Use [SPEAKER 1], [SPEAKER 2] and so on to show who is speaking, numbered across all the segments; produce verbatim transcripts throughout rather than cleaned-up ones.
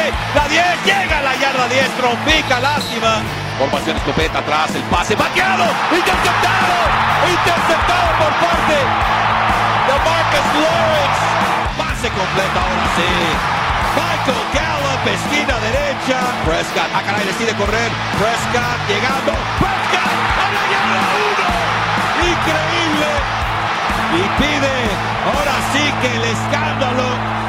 [SPEAKER 1] la diez, llega a la yarda diez, trompica, lástima. Formación escopeta atrás, el pase, vaqueado, interceptado, interceptado por parte de Marcus Lawrence. Pase completo ahora sí. Michael Gallup, esquina derecha. Prescott, ah caray, decide correr. Prescott llegando. Prescott a la yarda uno. Increíble. Y pide ahora sí que el escándalo.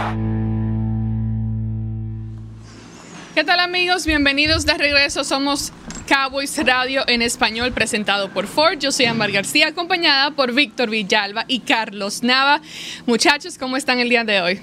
[SPEAKER 2] ¿Qué tal, amigos? Bienvenidos de regreso. Somos Cowboys Radio en español, presentado por Ford. Yo soy Ámbar García, acompañada por Víctor Villalba y Carlos Nava. Muchachos, ¿cómo están el día de hoy?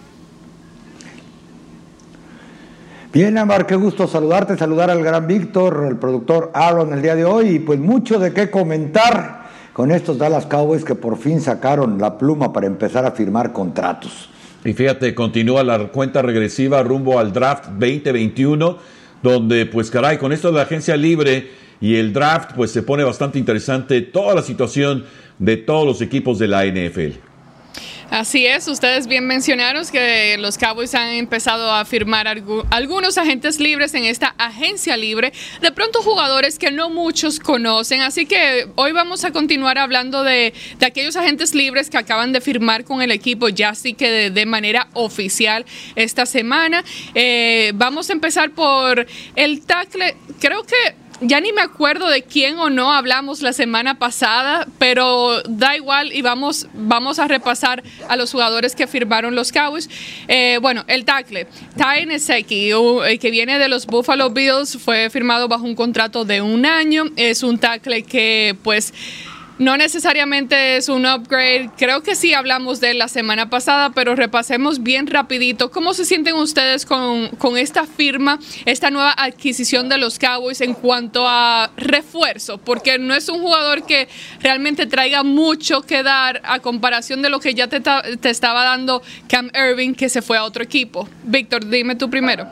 [SPEAKER 3] Bien, Ámbar, qué gusto saludarte, saludar al gran Víctor, el productor Aaron el día de hoy, y pues mucho de qué comentar con estos Dallas Cowboys que por fin sacaron la pluma para empezar a firmar contratos.
[SPEAKER 4] Y fíjate, continúa la cuenta regresiva rumbo al draft veinte veintiuno, donde pues caray, con esto de la agencia libre y el draft pues se pone bastante interesante toda la situación de todos los equipos de la N F L.
[SPEAKER 2] Así es, ustedes bien mencionaron que los Cowboys han empezado a firmar algunos agentes libres en esta agencia libre, de pronto jugadores que no muchos conocen, así que hoy vamos a continuar hablando de, de aquellos agentes libres que acaban de firmar con el equipo, ya así que de, de manera oficial esta semana. Eh, vamos a empezar por el tackle, creo que ya ni me acuerdo de quién o no hablamos la semana pasada, pero da igual y vamos, vamos a repasar a los jugadores que firmaron los Cowboys. Eh, bueno, el tackle, Ty Nsekhe, que viene de los Buffalo Bills, fue firmado bajo un contrato de un año. Es un tackle que pues no necesariamente es un upgrade. Creo que sí hablamos de él la semana pasada, pero repasemos bien rapidito. ¿Cómo se sienten ustedes con, con esta firma, esta nueva adquisición de los Cowboys en cuanto a refuerzo? Porque no es un jugador que realmente traiga mucho que dar a comparación de lo que ya te, te estaba dando Cam Erving, que se fue a otro equipo. Víctor, dime tú primero.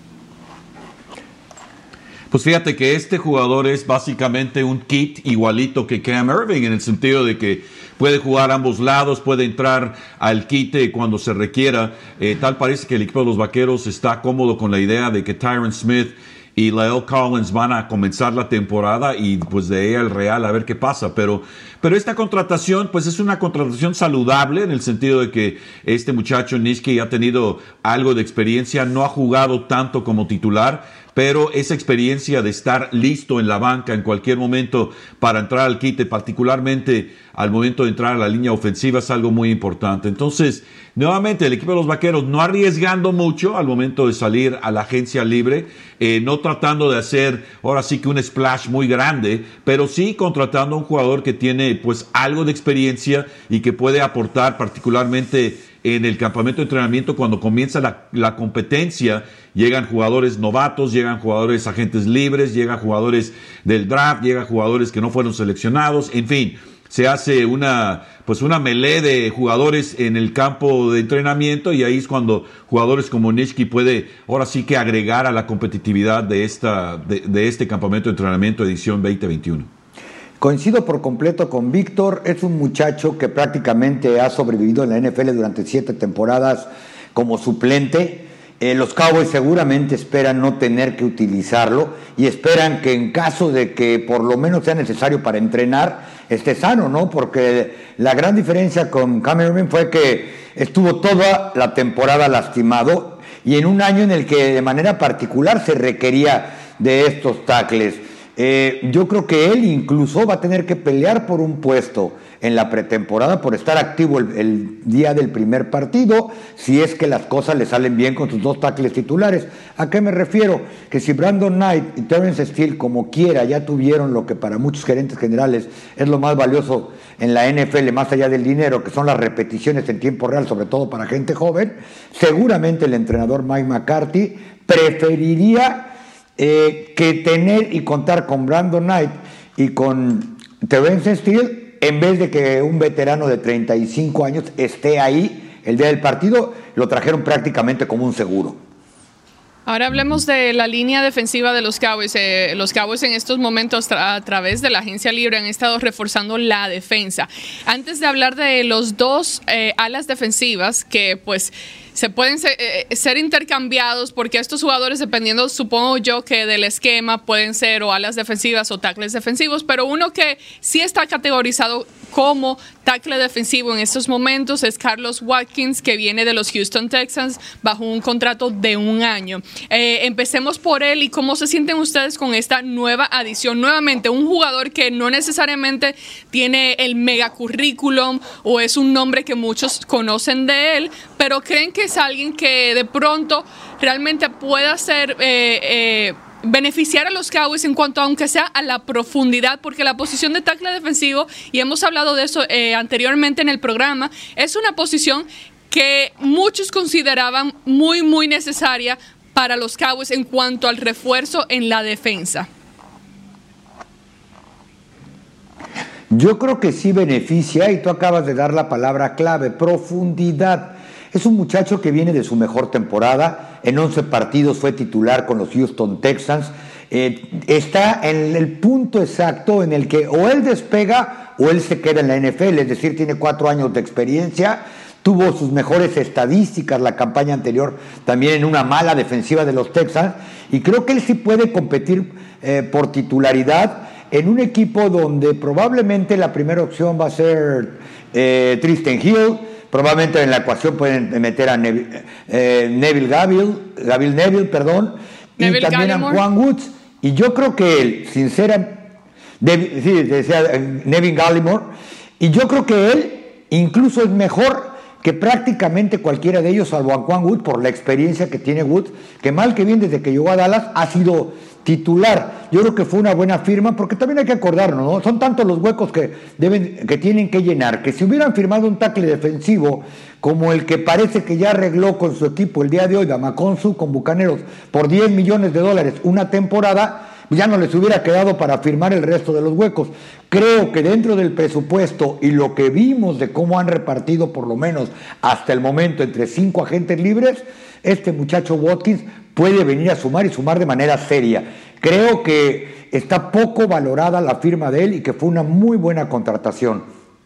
[SPEAKER 4] Pues fíjate que este jugador es básicamente un kit igualito que Cam Erving, en el sentido de que puede jugar ambos lados, puede entrar al quite cuando se requiera. Eh, tal parece que el equipo de los Vaqueros está cómodo con la idea de que Tyron Smith y La'el Collins van a comenzar la temporada y pues de ahí al Real a ver qué pasa. Pero, pero esta contratación pues es una contratación saludable en el sentido de que este muchacho Nsekhe ha tenido algo de experiencia, no ha jugado tanto como titular, pero esa experiencia de estar listo en la banca en cualquier momento para entrar al quite, particularmente al momento de entrar a la línea ofensiva, es algo muy importante. Entonces, nuevamente, el equipo de los Vaqueros no arriesgando mucho al momento de salir a la agencia libre, eh, no tratando de hacer, ahora sí que un splash muy grande, pero sí contratando a un jugador que tiene pues algo de experiencia y que puede aportar particularmente en el campamento de entrenamiento cuando comienza la, la competencia. Llegan jugadores novatos, llegan jugadores agentes libres, llegan jugadores del draft, llegan jugadores que no fueron seleccionados, en fin, se hace una pues una melee de jugadores en el campo de entrenamiento y ahí es cuando jugadores como Nsekhe puede ahora sí que agregar a la competitividad de, esta, de, de este campamento de entrenamiento edición veinte veintiuno.
[SPEAKER 3] Coincido por completo con Víctor, es un muchacho que prácticamente ha sobrevivido en la N F L durante siete temporadas como suplente. Eh, los Cowboys seguramente esperan no tener que utilizarlo y esperan que en caso de que por lo menos sea necesario para entrenar, esté sano, ¿no? Porque la gran diferencia con Cam Erving fue que estuvo toda la temporada lastimado y en un año en el que de manera particular se requería de estos tackles. Eh, yo creo que él incluso va a tener que pelear por un puesto en la pretemporada por estar activo el, el día del primer partido, si es que las cosas le salen bien con sus dos tackles titulares. ¿A qué me refiero? Que si Brandon Knight y Terrence Steele, como quiera, ya tuvieron lo que para muchos gerentes generales es lo más valioso en la N F L, más allá del dinero, que son las repeticiones en tiempo real, sobre todo para gente joven, seguramente el entrenador Mike McCarthy preferiría Eh, que tener y contar con Brandon Knight y con Terrence Steele en vez de que un veterano de treinta y cinco años esté ahí el día del partido. Lo trajeron prácticamente como un seguro.
[SPEAKER 2] Ahora hablemos de la línea defensiva de los Cowboys. Eh, los Cowboys en estos momentos tra- a través de la agencia libre han estado reforzando la defensa. Antes de hablar de los dos eh, alas defensivas que pues se pueden ser, eh, ser intercambiados porque estos jugadores, dependiendo, supongo yo, que del esquema, pueden ser o alas defensivas o tackles defensivos, pero uno que sí está categorizado como tackle defensivo en estos momentos es Carlos Watkins, que viene de los Houston Texans bajo un contrato de un año. Eh, empecemos por él y cómo se sienten ustedes con esta nueva adición. Nuevamente, un jugador que no necesariamente tiene el mega currículum o es un nombre que muchos conocen de él, pero creen que es alguien que de pronto realmente pueda ser... Eh, eh, beneficiar a los Cowboys en cuanto, aunque sea a la profundidad, porque la posición de tackle defensivo, y hemos hablado de eso eh, anteriormente en el programa, es una posición que muchos consideraban muy, muy necesaria para los Cowboys en cuanto al refuerzo en la defensa.
[SPEAKER 3] Yo creo que sí beneficia, y tú acabas de dar la palabra clave, profundidad. Es un muchacho que viene de su mejor temporada, en once partidos fue titular con los Houston Texans, eh, está en el punto exacto en el que o él despega o él se queda en la N F L, es decir, tiene cuatro años de experiencia, tuvo sus mejores estadísticas la campaña anterior, también en una mala defensiva de los Texans, y creo que él sí puede competir eh, por titularidad en un equipo donde probablemente la primera opción va a ser eh, Tristan Hill. Probablemente en la ecuación pueden meter a Neville, eh, Neville Gavill, Gavill Neville, perdón,
[SPEAKER 2] Neville
[SPEAKER 3] y también
[SPEAKER 2] Gallimore.
[SPEAKER 3] a Juan Woods. Y yo creo que él, sinceramente, sí, decía Neville Gallimore, y yo creo que él incluso es mejor que prácticamente cualquiera de ellos, salvo a Juan Woods, por la experiencia que tiene Woods, que mal que bien desde que llegó a Dallas ha sido titular. Yo creo que fue una buena firma, porque también hay que acordarnos, ¿no? Son tantos los huecos que deben, que tienen que llenar, que si hubieran firmado un tackle defensivo como el que parece que ya arregló con su equipo el día de hoy, Damaconsu, con Bucaneros, por diez millones de dólares una temporada, ya no les hubiera quedado para firmar el resto de los huecos. Creo que dentro del presupuesto y lo que vimos de cómo han repartido por lo menos hasta el momento entre cinco agentes libres, este muchacho Watkins puede venir a sumar y sumar de manera seria. Creo que está poco valorada la firma de él y que fue una muy buena contratación.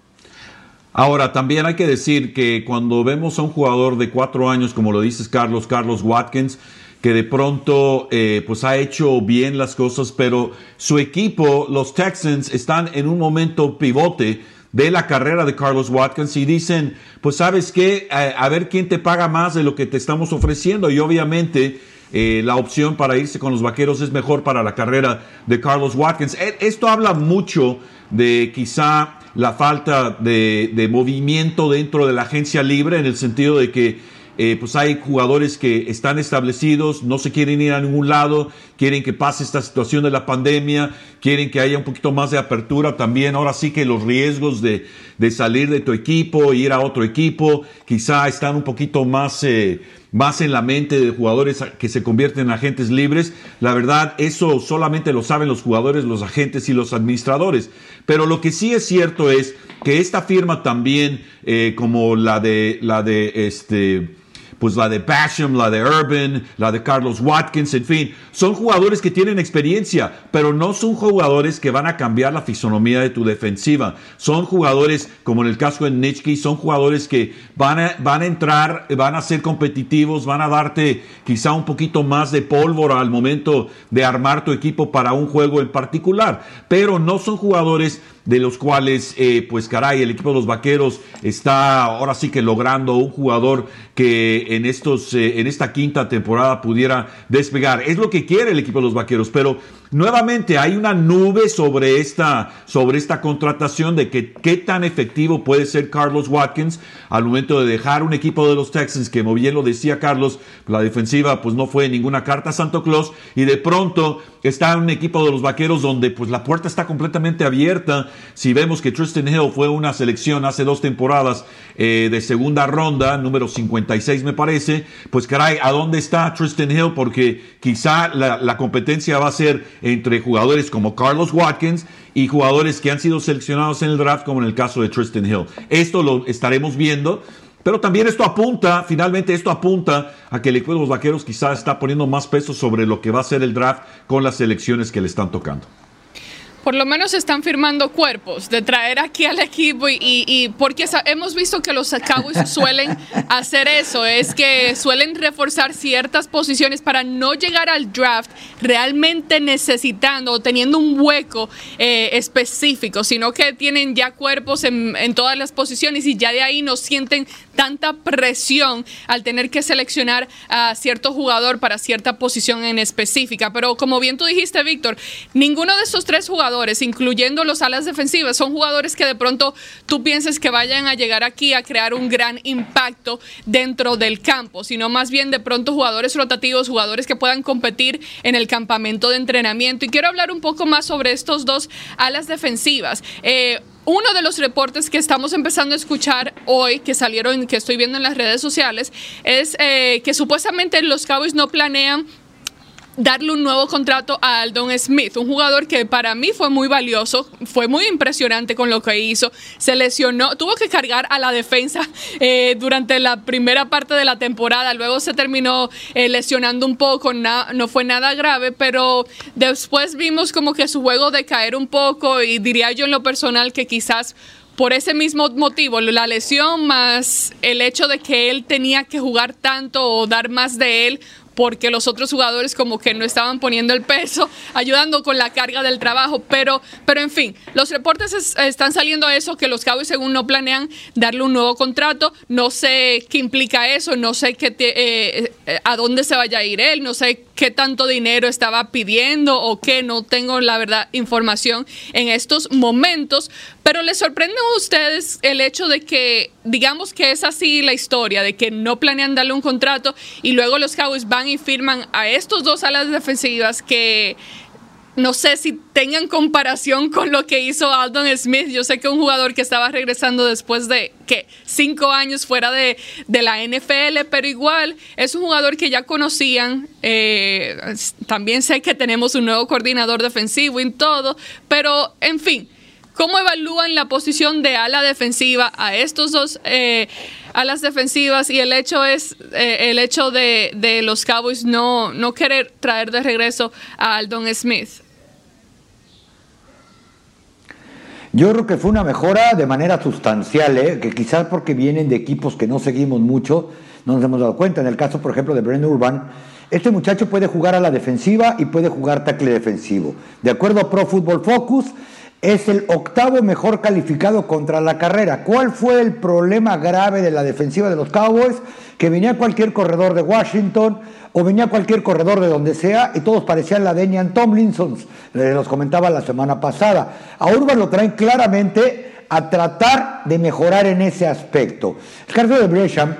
[SPEAKER 4] Ahora, también hay que decir que cuando vemos a un jugador de cuatro años, como lo dices Carlos, Carlos Watkins, que de pronto eh, pues ha hecho bien las cosas, pero su equipo, los Texans, están en un momento pivote de la carrera de Carlos Watkins y dicen, pues sabes qué, a, a ver quién te paga más de lo que te estamos ofreciendo, y obviamente eh, la opción para irse con los Vaqueros es mejor para la carrera de Carlos Watkins. Esto habla mucho de quizá la falta de, de movimiento dentro de la agencia libre, en el sentido de que Eh, pues hay jugadores que están establecidos, no se quieren ir a ningún lado, quieren que pase esta situación de la pandemia, quieren que haya un poquito más de apertura también. Ahora sí que los riesgos de, de salir de tu equipo e ir a otro equipo quizá están un poquito más, eh, más en la mente de jugadores que se convierten en agentes libres. La verdad, eso solamente lo saben los jugadores, los agentes y los administradores. Pero lo que sí es cierto es que esta firma también, eh, como la de, la de este... pues la de Basham, la de Urban, la de Carlos Watkins, en fin, son jugadores que tienen experiencia, pero no son jugadores que van a cambiar la fisonomía de tu defensiva. Son jugadores, como en el caso de Nitschke, son jugadores que van a, van a entrar, van a ser competitivos, van a darte quizá un poquito más de pólvora al momento de armar tu equipo para un juego en particular, pero no son jugadores de los cuales, eh, pues caray, el equipo de los Vaqueros está ahora sí que logrando un jugador que en estos, eh, en esta quinta temporada pudiera despegar. Es lo que quiere el equipo de los Vaqueros, pero nuevamente hay una nube sobre esta, sobre esta contratación de que qué tan efectivo puede ser Carlos Watkins al momento de dejar un equipo de los Texans que, como bien lo decía Carlos, la defensiva pues no fue ninguna carta a Santo Claus, y de pronto está un equipo de los Vaqueros donde pues la puerta está completamente abierta. Si vemos que Tristan Hill fue una selección hace dos temporadas eh, de segunda ronda, número cincuenta y seis me parece, pues caray, ¿a dónde está Tristan Hill? Porque quizá la, la competencia va a ser entre jugadores como Carlos Watkins y jugadores que han sido seleccionados en el draft, como en el caso de Tristan Hill. Esto lo estaremos viendo, Pero también esto apunta, finalmente esto apunta a que el equipo de los Vaqueros quizás está poniendo más peso sobre lo que va a ser el draft con las selecciones que le están tocando.
[SPEAKER 2] Por lo menos están firmando cuerpos de traer aquí al equipo y, y, y porque hemos visto que los Cowboys suelen hacer eso, es que suelen reforzar ciertas posiciones para no llegar al draft realmente necesitando o teniendo un hueco eh, específico, sino que tienen ya cuerpos en, en todas las posiciones y ya de ahí no sienten tanta presión al tener que seleccionar a cierto jugador para cierta posición en específica. Pero como bien tú dijiste, Víctor, ninguno de estos tres jugadores, incluyendo los alas defensivas, son jugadores que de pronto tú pienses que vayan a llegar aquí a crear un gran impacto dentro del campo, sino más bien de pronto jugadores rotativos, jugadores que puedan competir en el campamento de entrenamiento. Y quiero hablar un poco más sobre estos dos alas defensivas. Eh, Uno de los reportes que estamos empezando a escuchar hoy, que salieron, que estoy viendo en las redes sociales, es eh, que supuestamente los Cowboys no planean darle un nuevo contrato a Aldon Smith, un jugador que para mí fue muy valioso, fue muy impresionante con lo que hizo, se lesionó, tuvo que cargar a la defensa eh, durante la primera parte de la temporada, luego se terminó eh, lesionando un poco, na, no fue nada grave, pero después vimos como que su juego decaer un poco y diría yo en lo personal que quizás por ese mismo motivo, la lesión más el hecho de que él tenía que jugar tanto o dar más de él, porque los otros jugadores como que no estaban poniendo el peso, ayudando con la carga del trabajo, pero, pero en fin, los reportes es, están saliendo a eso, que los Cowboys según no planean darle un nuevo contrato, no sé qué implica eso, no sé qué te, eh, eh, a dónde se vaya a ir él, no sé qué tanto dinero estaba pidiendo o qué, no tengo la verdad información en estos momentos, pero ¿les sorprende a ustedes el hecho de que, digamos que es así la historia, de que no planean darle un contrato y luego los Cowboys van y firman a estos dos alas defensivas que no sé si tengan comparación con lo que hizo Aldon Smith? Yo sé que un jugador que estaba regresando después de que cinco años fuera de, de la N F L, pero igual es un jugador que ya conocían. Eh, también sé que tenemos un nuevo coordinador defensivo y todo, pero en fin, ¿cómo evalúan la posición de ala defensiva a estos dos eh, alas defensivas? Y el hecho es eh, el hecho de, de los Cowboys no, no querer traer de regreso a Aldon Smith.
[SPEAKER 3] Yo creo que fue una mejora de manera sustancial, ¿eh? Que quizás porque vienen de equipos que no seguimos mucho, no nos hemos dado cuenta. En el caso, por ejemplo, de Brent Urban, este muchacho puede jugar a la defensiva y puede jugar tackle defensivo. De acuerdo a Pro Football Focus, es el octavo mejor calificado contra la carrera. ¿Cuál fue el problema grave de la defensiva de los Cowboys? Que venía cualquier corredor de Washington o venía cualquier corredor de donde sea y todos parecían la Denian Tomlinson, les los comentaba la semana pasada. A Urban lo traen claramente a tratar de mejorar en ese aspecto. El caso de Bresham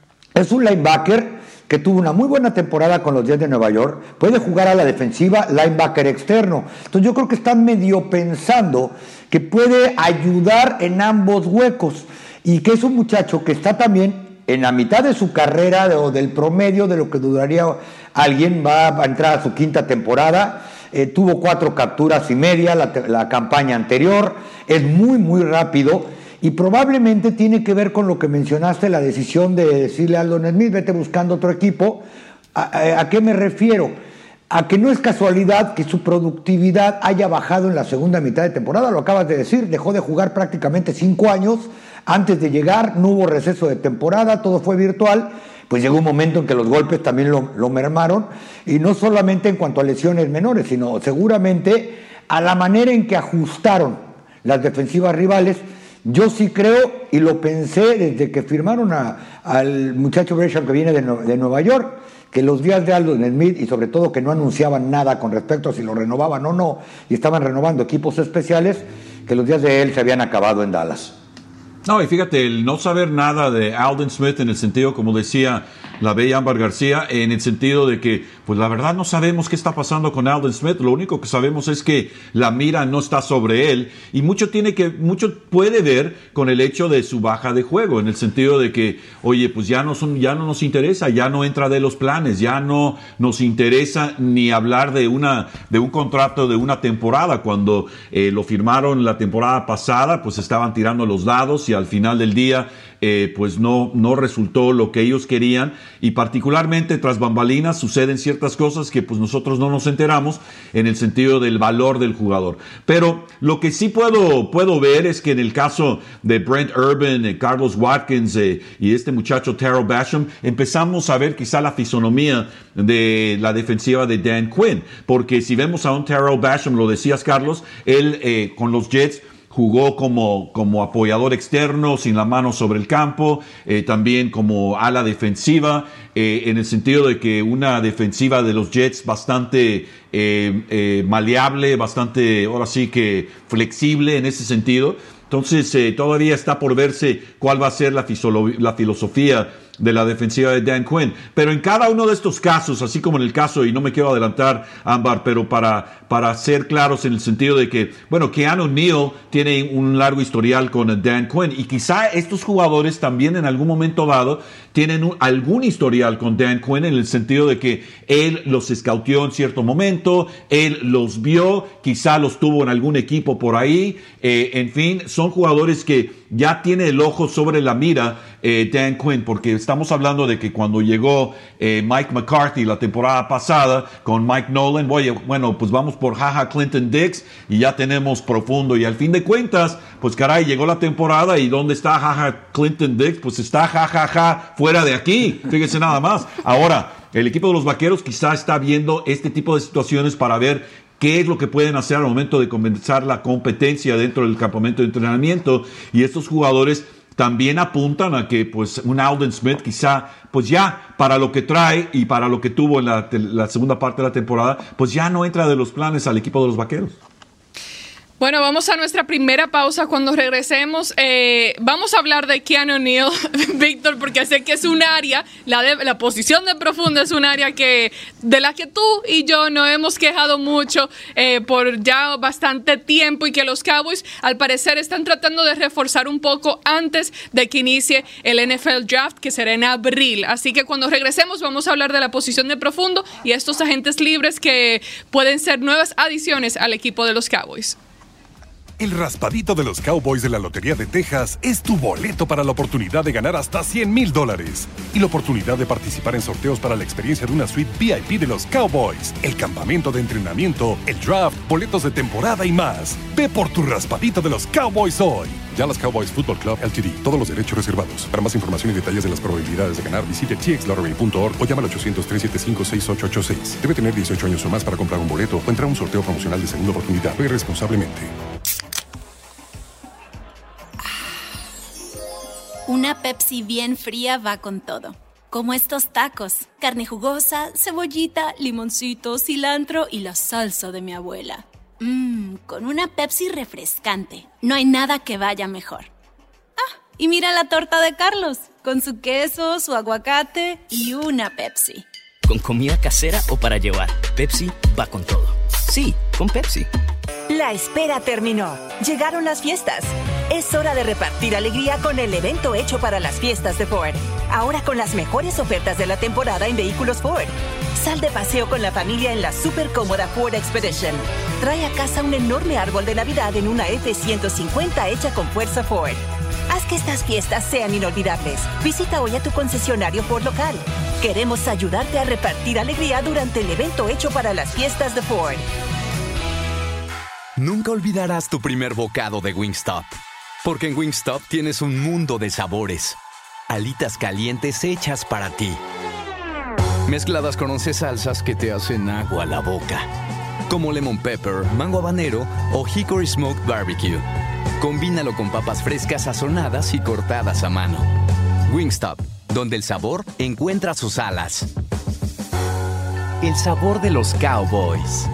[SPEAKER 3] es un linebacker que tuvo una muy buena temporada con los Jets de Nueva York, puede jugar a la defensiva, linebacker externo. Entonces yo creo que están medio pensando que puede ayudar en ambos huecos y que es un muchacho que está también en la mitad de su carrera o del promedio de lo que duraría alguien, va a entrar a su quinta temporada, eh, tuvo cuatro capturas y media la, la campaña anterior, es muy muy rápido. Y probablemente tiene que ver con lo que mencionaste, la decisión de decirle a Aldon Smith, vete buscando otro equipo. ¿A, a, a qué me refiero? A que no es casualidad que su productividad haya bajado en la segunda mitad de temporada, lo acabas de decir, dejó de jugar prácticamente cinco años antes de llegar, no hubo receso de temporada, todo fue virtual, pues llegó un momento en que los golpes también lo, lo mermaron, y no solamente en cuanto a lesiones menores, sino seguramente a la manera en que ajustaron las defensivas rivales. Yo sí creo, y lo pensé desde que firmaron a, al muchacho Bresham que viene de, de Nueva York, que los días de Aldon Smith, y sobre todo que no anunciaban nada con respecto a si lo renovaban o no, y estaban renovando equipos especiales, que los días de él se habían acabado en Dallas.
[SPEAKER 4] No, y fíjate, el no saber nada de Aldon Smith en el sentido, como decía la bella Ámbar García, en el sentido de que, pues la verdad no sabemos qué está pasando con Aldon Smith, lo único que sabemos es que la mira no está sobre él, y mucho tiene que, mucho puede ver con el hecho de su baja de juego, en el sentido de que, oye, pues ya no son, ya no nos interesa, ya no entra de los planes, ya no nos interesa ni hablar de una, de un contrato de una temporada. Cuando eh, lo firmaron la temporada pasada, pues estaban tirando los dados y al final del día eh, pues no, no resultó lo que ellos querían, y particularmente tras bambalinas suceden ciertas cosas que pues nosotros no nos enteramos en el sentido del valor del jugador. Pero lo que sí puedo, puedo ver es que en el caso de Brent Urban, eh, Carlos Watkins eh, y este muchacho Terrell Basham, empezamos a ver quizá la fisonomía de la defensiva de Dan Quinn, porque si vemos a un Terrell Basham, lo decías Carlos, él eh, con los Jets jugó como, como apoyador externo, sin la mano sobre el campo, eh, también como ala defensiva, eh, en el sentido de que una defensiva de los Jets bastante eh, eh, maleable, bastante, ahora sí que flexible en ese sentido. Entonces, eh, todavía está por verse cuál va a ser la, fisolo- la filosofía de la defensiva de Dan Quinn. Pero en cada uno de estos casos, así como en el caso, y no me quiero adelantar, Ámbar, pero para, para ser claros en el sentido de que, bueno, Keanu Neal tiene un largo historial con Dan Quinn, y quizá estos jugadores también en algún momento dado tienen un, algún historial con Dan Quinn, en el sentido de que él los escauteó en cierto momento, él los vio, quizá los tuvo en algún equipo por ahí, eh, en fin, son jugadores que ya tiene el ojo sobre la mira eh, Dan Quinn, porque estamos hablando de que cuando llegó eh, Mike McCarthy la temporada pasada con Mike Nolan, oye, bueno, pues vamos por jaja Clinton Dix y ya tenemos profundo, y al fin de cuentas, pues caray, llegó la temporada y ¿dónde está jaja Clinton Dix? Pues está jajaja ja, ja, fuera de aquí, fíjese nada más. Ahora, el equipo de los Vaqueros quizá está viendo este tipo de situaciones para ver qué es lo que pueden hacer al momento de comenzar la competencia dentro del campamento de entrenamiento, y estos jugadores también apuntan a que pues un Aldon Smith quizá pues ya para lo que trae y para lo que tuvo en la, la segunda parte de la temporada, pues ya no entra de los planes al equipo de los Vaqueros.
[SPEAKER 2] Bueno, vamos a nuestra primera pausa. Cuando regresemos, eh, vamos a hablar de Keanu Neal, Víctor, porque sé que es un área, la, de, la posición de profundo es un área que de la que tú y yo nos hemos quejado mucho eh, por ya bastante tiempo, y que los Cowboys al parecer están tratando de reforzar un poco antes de que inicie el N F L Draft, que será en abril. Así que cuando regresemos vamos a hablar de la posición de profundo y estos agentes libres que pueden ser nuevas adiciones al equipo de los Cowboys.
[SPEAKER 5] El raspadito de los Cowboys de la Lotería de Texas es tu boleto para la oportunidad de ganar hasta cien mil dólares y la oportunidad de participar en sorteos para la experiencia de una suite V I P de los Cowboys, el campamento de entrenamiento, el draft, boletos de temporada y más. Ve por tu raspadito de los Cowboys hoy. Dallas Cowboys Football Club L T D. Todos los derechos reservados. Para más información y detalles de las probabilidades de ganar, visite t x lottery punto org o llama al ochocientos, tres siete cinco, seis ocho ocho seis. Debe tener dieciocho años o más para comprar un boleto o entrar a un sorteo promocional de segunda oportunidad. Juegue responsablemente.
[SPEAKER 6] Una Pepsi bien fría va con todo. Como estos tacos. Carne jugosa, cebollita, limoncito, cilantro y la salsa de mi abuela. Mmm, con una Pepsi refrescante. No hay nada que vaya mejor. Ah, y mira la torta de Carlos. Con su queso, su aguacate y una Pepsi.
[SPEAKER 7] Con comida casera o para llevar, Pepsi va con todo. Sí, con Pepsi.
[SPEAKER 8] La espera terminó. Llegaron las fiestas. Es hora de repartir alegría con el evento hecho para las fiestas de Ford. Ahora con las mejores ofertas de la temporada en vehículos Ford. Sal de paseo con la familia en la súper cómoda Ford Expedition. Trae a casa un enorme árbol de Navidad en una F ciento cincuenta hecha con fuerza Ford. Haz que estas fiestas sean inolvidables. Visita hoy a tu concesionario Ford local. Queremos ayudarte a repartir alegría durante el evento hecho para las fiestas de Ford.
[SPEAKER 9] Nunca olvidarás tu primer bocado de Wingstop, porque en Wingstop tienes un mundo de sabores. Alitas calientes hechas para ti, mezcladas con once salsas que te hacen agua a la boca, como lemon pepper, mango habanero o hickory smoked barbecue. Combínalo con papas frescas sazonadas y cortadas a mano. Wingstop, donde el sabor encuentra sus alas. El sabor de los Cowboys.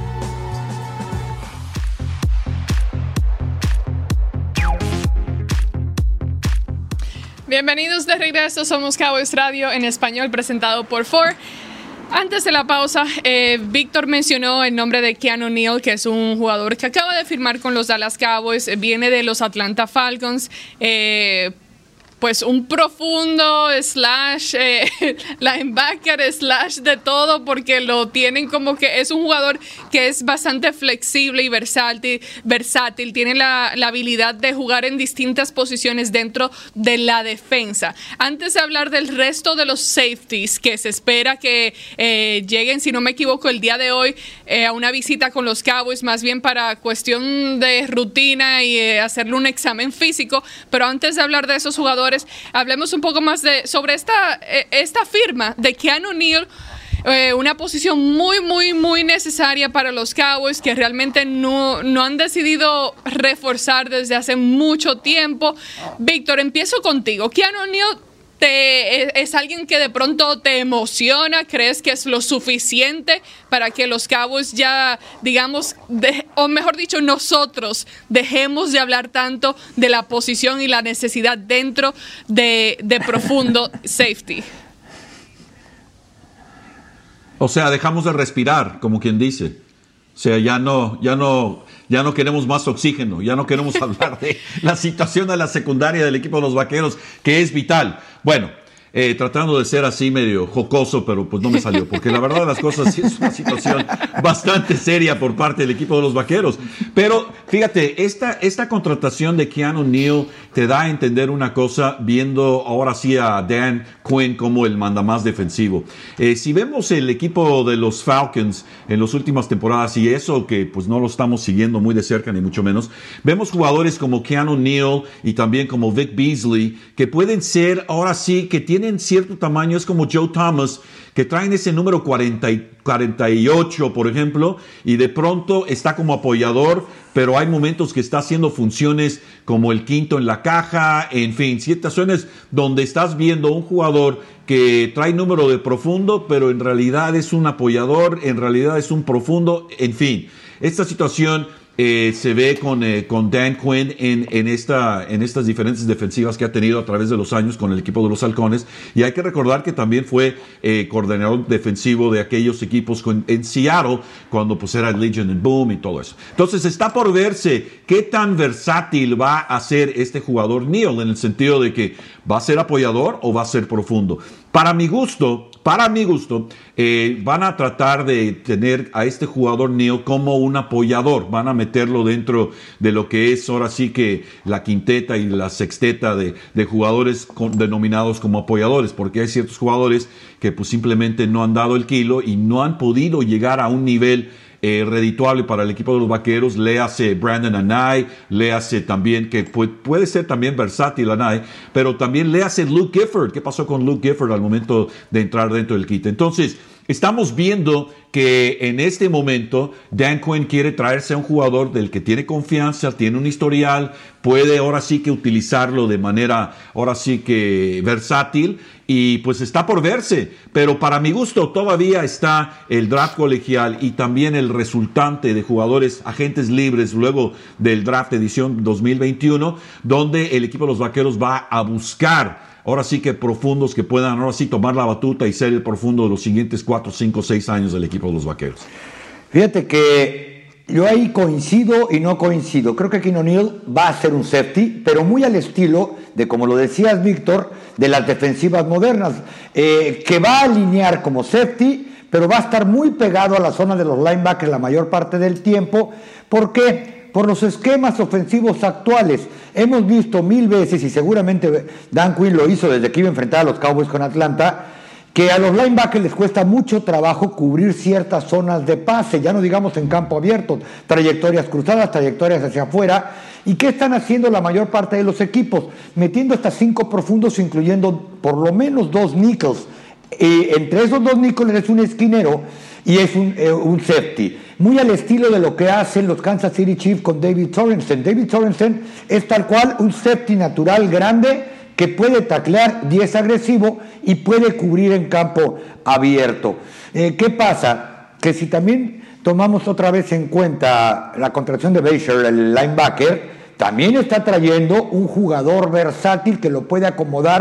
[SPEAKER 2] Bienvenidos de regreso, somos Cowboys Radio en español, presentado por Ford. Antes de la pausa, eh, Víctor mencionó el nombre de Keanu Neal, que es un jugador que acaba de firmar con los Dallas Cowboys, viene de los Atlanta Falcons. Eh, pues un profundo slash eh, linebacker slash de todo, porque lo tienen como que es un jugador que es bastante flexible y versátil, versátil. Tiene la, la habilidad de jugar en distintas posiciones dentro de la defensa. Antes de hablar del resto de los safeties que se espera que eh, lleguen, si no me equivoco, el día de hoy eh, a una visita con los Cowboys, más bien para cuestión de rutina y eh, hacerle un examen físico, pero antes de hablar de esos jugadores, hablemos un poco más de sobre esta, eh, esta firma de Keanu Neal, eh, una posición muy, muy, muy necesaria para los Cowboys, que realmente no, no han decidido reforzar desde hace mucho tiempo. Víctor, empiezo contigo. Keanu Neal Te, es alguien que de pronto te emociona, crees que es lo suficiente para que los Cowboys ya, digamos, de, o mejor dicho, nosotros dejemos de hablar tanto de la posición y la necesidad dentro de, de profundo safety.
[SPEAKER 4] O sea, dejamos de respirar, como quien dice. O sea, ya no, ya no, ya no queremos más oxígeno, ya no queremos hablar de la situación de la secundaria del equipo de los Vaqueros, que es vital. Bueno, eh, tratando de ser así medio jocoso, pero pues no me salió, porque la verdad de las cosas sí es una situación bastante seria por parte del equipo de los Vaqueros. Pero fíjate, esta, esta contratación de Keanu Neal te da a entender una cosa, viendo ahora sí a Dan Quinn como el mandamás defensivo. Eh, si vemos el equipo de los Falcons en las últimas temporadas, y eso que pues no lo estamos siguiendo muy de cerca ni mucho menos, vemos jugadores como Keanu Neal y también como Vic Beasley, que pueden ser ahora sí, que tienen cierto tamaño, es como Joe Thomas, que traen ese número cuarenta, cuarenta y ocho, por ejemplo, y de pronto está como apoyador, pero hay momentos que está haciendo funciones como el quinto en la caja, en fin, ciertas zonas donde estás viendo un jugador que trae número de profundo, pero en realidad es un apoyador, en realidad es un profundo, en fin. Esta situación Eh, se ve con, eh, con Dan Quinn en, en, esta, en estas diferentes defensivas que ha tenido a través de los años con el equipo de los Halcones, y hay que recordar que también fue eh, coordinador defensivo de aquellos equipos con, en Seattle, cuando pues era Legion and Boom y todo eso. Entonces está por verse qué tan versátil va a ser este jugador Neal, en el sentido de que va a ser apoyador o va a ser profundo. Para mi gusto, para mi gusto, eh, van a tratar de tener a este jugador Neal como un apoyador. Van a meterlo dentro de lo que es ahora sí que la quinteta y la sexteta de, de jugadores con, denominados como apoyadores, porque hay ciertos jugadores que pues simplemente no han dado el kilo y no han podido llegar a un nivel Eh, redituable para el equipo de los Vaqueros. Léase Brandon Anae, léase también, que puede, puede ser también versátil Anae, pero también léase Luke Gifford. ¿Qué pasó con Luke Gifford al momento de entrar dentro del kit? Entonces, estamos viendo que en este momento Dan Quinn quiere traerse a un jugador del que tiene confianza, tiene un historial, puede ahora sí que utilizarlo de manera ahora sí que versátil, y pues está por verse. Pero para mi gusto todavía está el draft colegial y también el resultante de jugadores agentes libres luego del draft edición dos mil veintiuno, donde el equipo de los Vaqueros va a buscar ahora sí que profundos que puedan ahora sí tomar la batuta y ser el profundo de los siguientes cuatro, cinco, seis años del equipo de los Vaqueros.
[SPEAKER 3] Fíjate que yo ahí coincido y no coincido. Creo que Keanu Neal va a ser un safety, pero muy al estilo de, como lo decías, Víctor, de las defensivas modernas, eh, que va a alinear como safety, pero va a estar muy pegado a la zona de los linebackers la mayor parte del tiempo. ¿Por qué? Por los esquemas ofensivos actuales. Hemos visto mil veces, y seguramente Dan Quinn lo hizo desde que iba a enfrentar a los Cowboys con Atlanta, que a los linebackers les cuesta mucho trabajo cubrir ciertas zonas de pase, ya no digamos en campo abierto, trayectorias cruzadas, trayectorias hacia afuera. ¿Y qué están haciendo la mayor parte de los equipos? Metiendo hasta cinco profundos, incluyendo por lo menos dos nickels. Y entre esos dos nickels es un esquinero y es un, eh, un safety. Muy al estilo de lo que hacen los Kansas City Chiefs con David Sorensen. David Sorensen es tal cual un safety natural grande que puede taclear, y es agresivo y puede cubrir en campo abierto. Eh, ¿Qué pasa? Que si también tomamos otra vez en cuenta la contracción de Beisher, el linebacker, también está trayendo un jugador versátil que lo puede acomodar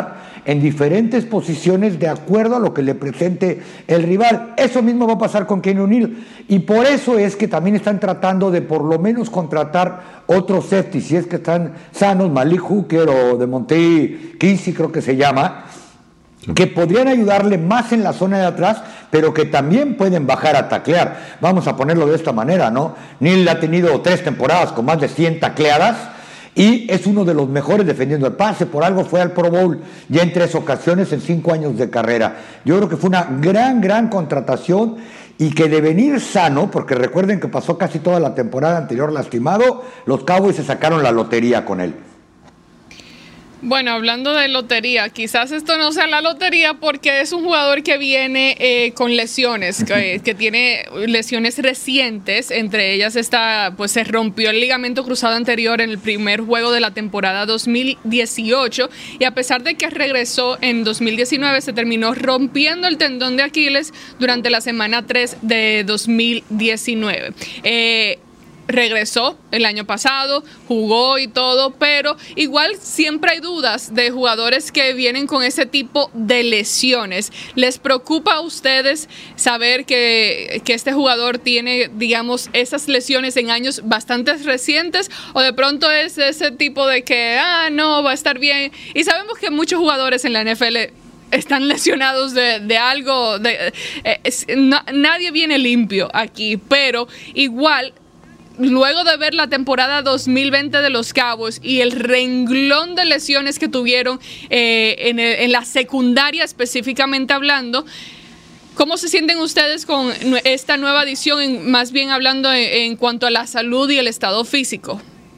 [SPEAKER 3] en diferentes posiciones de acuerdo a lo que le presente el rival. Eso mismo va a pasar con Keanu Neal, y por eso es que también están tratando de por lo menos contratar otros safety, si es que están sanos, Malik Hooker o de Monte Kisi creo que se llama, que podrían ayudarle más en la zona de atrás, pero que también pueden bajar a taclear. Vamos a ponerlo de esta manera, ¿no? Neal ha tenido tres temporadas con más de cien tacleadas y es uno de los mejores defendiendo el pase. Por algo fue al Pro Bowl ya en tres ocasiones en cinco años de carrera. Yo creo que fue una gran, gran contratación, y que de venir sano, porque recuerden que pasó casi toda la temporada anterior lastimado, los Cowboys se sacaron la lotería con él.
[SPEAKER 2] Bueno, hablando de lotería, quizás esto no sea la lotería porque es un jugador que viene eh, con lesiones, que, que tiene lesiones recientes, entre ellas está, pues se rompió el ligamento cruzado anterior en el primer juego de la temporada dos mil dieciocho, y a pesar de que regresó en dos mil diecinueve, se terminó rompiendo el tendón de Aquiles durante la semana tres de dos mil diecinueve. Eh, Regresó el año pasado, jugó y todo, pero igual siempre hay dudas de jugadores que vienen con ese tipo de lesiones. ¿Les preocupa a ustedes saber que, que este jugador tiene, digamos, esas lesiones en años bastante recientes, o de pronto es ese tipo de que, ah, no, va a estar bien? Y sabemos que muchos jugadores en la N F L están lesionados de, de algo, de, eh, es, no, nadie viene limpio aquí, pero igual, luego de ver la temporada dos mil veinte de los Cowboys y el renglón de lesiones que tuvieron eh, en, el, en la secundaria específicamente hablando, ¿cómo se sienten ustedes con esta nueva edición, en, más bien hablando en, en cuanto a la salud y el estado físico?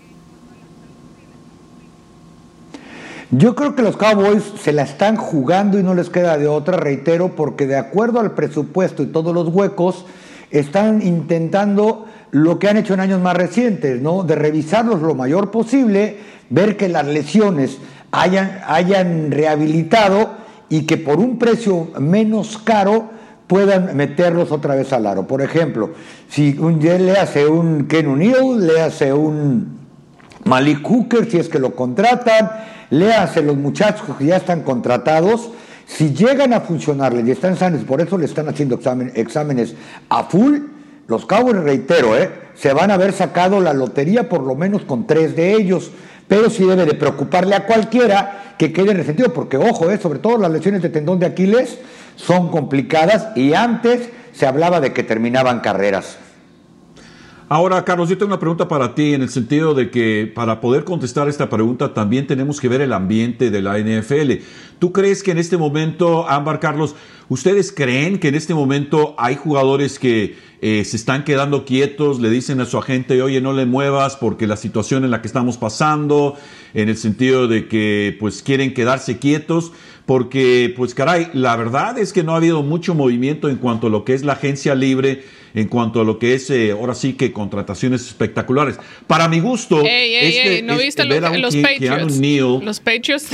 [SPEAKER 3] Yo creo que los Cowboys se la están jugando y no les queda de otra, reitero, porque de acuerdo al presupuesto y todos los huecos, están intentando lo que han hecho en años más recientes, ¿no? De revisarlos lo mayor posible, ver que las lesiones hayan, hayan rehabilitado y que por un precio menos caro puedan meterlos otra vez al aro. Por ejemplo, si un le hace un Keanu Neal, le hace un Malik Hooker, si es que lo contratan, le hace los muchachos que ya están contratados, si llegan a funcionarles y están sanos, por eso le están haciendo examen, exámenes a full, los Cowboys, reitero, eh, se van a haber sacado la lotería por lo menos con tres de ellos, pero sí debe de preocuparle a cualquiera que quede resentido, porque ojo, eh, sobre todo las lesiones de tendón de Aquiles son complicadas y antes se hablaba de que terminaban carreras.
[SPEAKER 4] Ahora, Carlos, yo tengo una pregunta para ti, en el sentido de que para poder contestar esta pregunta también tenemos que ver el ambiente de la N F L. ¿Tú crees que en este momento, Ámbar, Carlos, ustedes creen que en este momento hay jugadores que eh, se están quedando quietos, le dicen a su agente, oye, no le muevas porque la situación en la que estamos pasando, en el sentido de que pues quieren quedarse quietos? Porque, pues caray, la verdad es que no ha habido mucho movimiento en cuanto a lo que es la agencia libre, en cuanto a lo que es, eh, ahora sí que contrataciones espectaculares. Para mi gusto,
[SPEAKER 2] ey, ey,
[SPEAKER 4] este,
[SPEAKER 2] ey, ¿no
[SPEAKER 4] este,
[SPEAKER 2] viste
[SPEAKER 4] ver
[SPEAKER 2] lo,
[SPEAKER 4] a un
[SPEAKER 2] los
[SPEAKER 4] Ke-
[SPEAKER 2] Patriots?
[SPEAKER 4] Keanu Neal,
[SPEAKER 2] Los Patriots.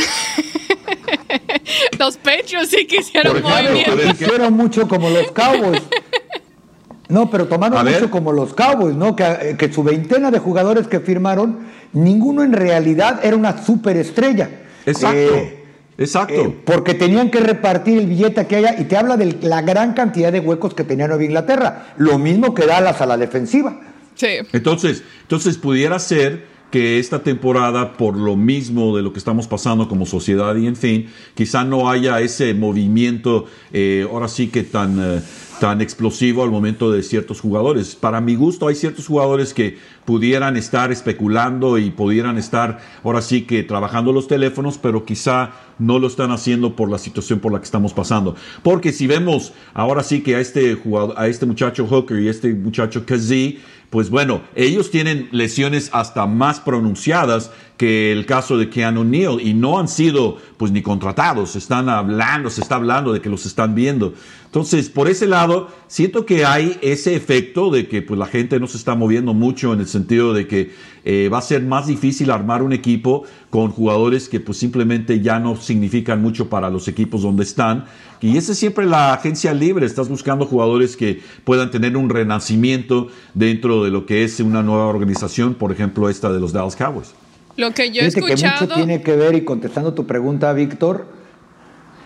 [SPEAKER 2] Los Patriots sí que hicieron
[SPEAKER 3] Por ejemplo,
[SPEAKER 2] movimiento.
[SPEAKER 3] hicieron mucho como los Cowboys. No, pero tomaron
[SPEAKER 4] A
[SPEAKER 3] mucho
[SPEAKER 4] ver.
[SPEAKER 3] como los Cowboys, ¿no? Que, que su veintena de jugadores que firmaron, ninguno en realidad era una superestrella.
[SPEAKER 4] Exacto.
[SPEAKER 3] Eh,
[SPEAKER 4] Exacto.
[SPEAKER 3] Eh, porque tenían que repartir el billete que haya, y te habla de la gran cantidad de huecos que tenía Nueva Inglaterra. Lo mismo que Dallas a la defensiva.
[SPEAKER 2] Sí.
[SPEAKER 4] Entonces, entonces pudiera ser que esta temporada, por lo mismo de lo que estamos pasando como sociedad y en fin, quizá no haya ese movimiento, eh, ahora sí que tan, eh, tan explosivo al momento de ciertos jugadores. Para mi gusto, hay ciertos jugadores que pudieran estar especulando y pudieran estar ahora sí que trabajando los teléfonos, pero quizá no lo están haciendo por la situación por la que estamos pasando. Porque si vemos ahora sí que a este jugador, a este muchacho Hooker y a este muchacho Kazee, pues bueno, ellos tienen lesiones hasta más pronunciadas que el caso de Keanu Neal y no han sido pues ni contratados, están hablando, se está hablando de que los están viendo. Entonces, por ese lado, siento que hay ese efecto de que pues la gente no se está moviendo mucho, en el sentido de que eh, va a ser más difícil armar un equipo con jugadores que pues simplemente ya no significan mucho para los equipos donde están. Y esa es siempre la agencia libre, estás buscando jugadores que puedan tener un renacimiento dentro de lo que es una nueva organización, por ejemplo esta de los Dallas Cowboys.
[SPEAKER 2] Lo que yo he
[SPEAKER 3] Fíjate
[SPEAKER 2] escuchado...
[SPEAKER 3] que mucho tiene que ver, y contestando tu pregunta, Víctor,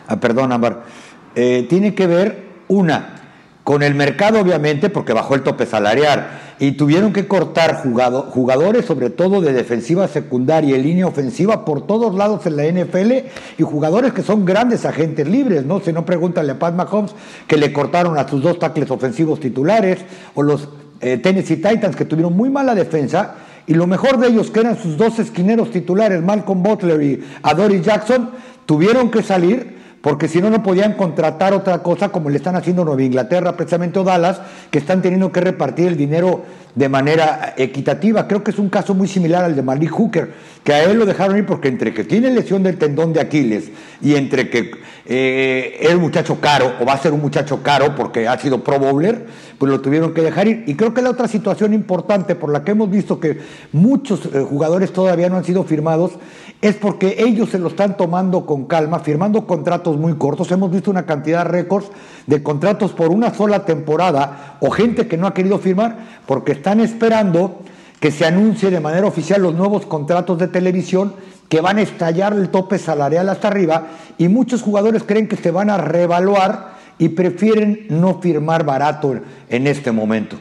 [SPEAKER 3] ah, perdón, Ámbar, eh, tiene que ver, una, con el mercado, obviamente, porque bajó el tope salarial, y tuvieron que cortar jugado, jugadores, sobre todo de defensiva secundaria y línea ofensiva, por todos lados en la N F L, y jugadores que son grandes agentes libres, ¿no? Si no, pregúntale a Pat Mahomes, que le cortaron a sus dos tackles ofensivos titulares, o los eh, Tennessee Titans, que tuvieron muy mala defensa, y lo mejor de ellos, que eran sus dos esquineros titulares, Malcolm Butler y Adoree Jackson, tuvieron que salir, porque si no, no podían contratar otra cosa como le están haciendo Nueva Inglaterra, precisamente o Dallas, que están teniendo que repartir el dinero de manera equitativa. Creo que es un caso muy similar al de Malik Hooker, que a él lo dejaron ir porque entre que tiene lesión del tendón de Aquiles y entre que eh, es un muchacho caro, o va a ser un muchacho caro porque ha sido Pro Bowler, pues lo tuvieron que dejar ir. Y creo que la otra situación importante por la que hemos visto que muchos eh, jugadores todavía no han sido firmados es porque ellos se lo están tomando con calma, firmando contratos muy cortos. Hemos visto una cantidad de récords de contratos por una sola temporada, o gente que no ha querido firmar porque están esperando que se anuncie de manera oficial los nuevos contratos de televisión que van a estallar el tope salarial hasta arriba, y muchos jugadores creen que se van a reevaluar y prefieren no firmar barato en este momento.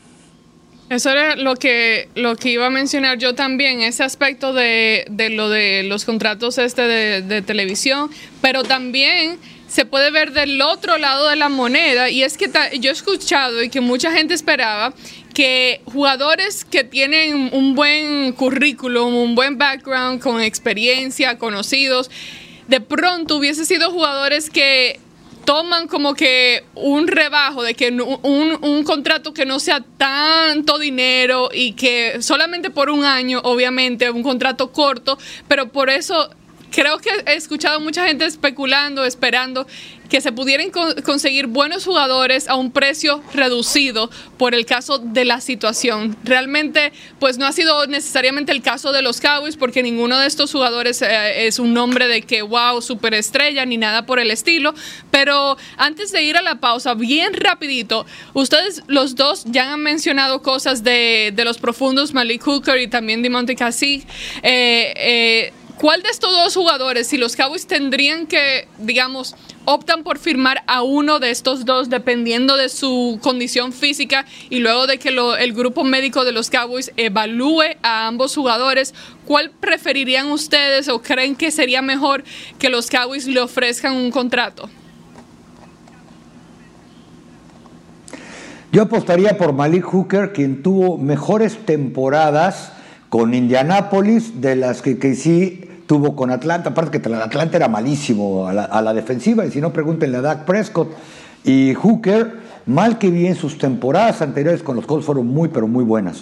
[SPEAKER 2] Eso era lo que lo que iba a mencionar yo también, ese aspecto de, de lo de los contratos este de, de televisión, pero también se puede ver del otro lado de la moneda, y es que ta, yo he escuchado y que mucha gente esperaba que jugadores que tienen un buen currículum, un buen background, con experiencia, conocidos, de pronto hubiese sido jugadores que toman como que un rebajo de que un, un contrato que no sea tanto dinero y que solamente por un año, obviamente, un contrato corto, pero por eso creo que he escuchado mucha gente especulando, esperando que se pudieran co- conseguir buenos jugadores a un precio reducido por el caso de la situación. Realmente, pues no ha sido necesariamente el caso de los Cowboys, porque ninguno de estos jugadores eh, es un nombre de que wow, superestrella, ni nada por el estilo. Pero antes de ir a la pausa, bien rapidito, ustedes los dos ya han mencionado cosas de, de los profundos Malik Hooker y también DeMonte Cassie. Eh, eh, ¿Cuál de estos dos jugadores, si los Cowboys tendrían que, digamos, optan por firmar a uno de estos dos dependiendo de su condición física y luego de que lo, el grupo médico de los Cowboys evalúe a ambos jugadores, cuál preferirían ustedes o creen que sería mejor que los Cowboys le ofrezcan un contrato?
[SPEAKER 3] Yo apostaría por Malik Hooker, quien tuvo mejores temporadas con Indianápolis de las que, que sí tuvo con Atlanta. Aparte que Atlanta era malísimo a la, a la defensiva, y si no, pregúntenle a Dak Prescott. Y Hooker, mal que bien, sus temporadas anteriores con los Colts fueron muy, pero muy buenas.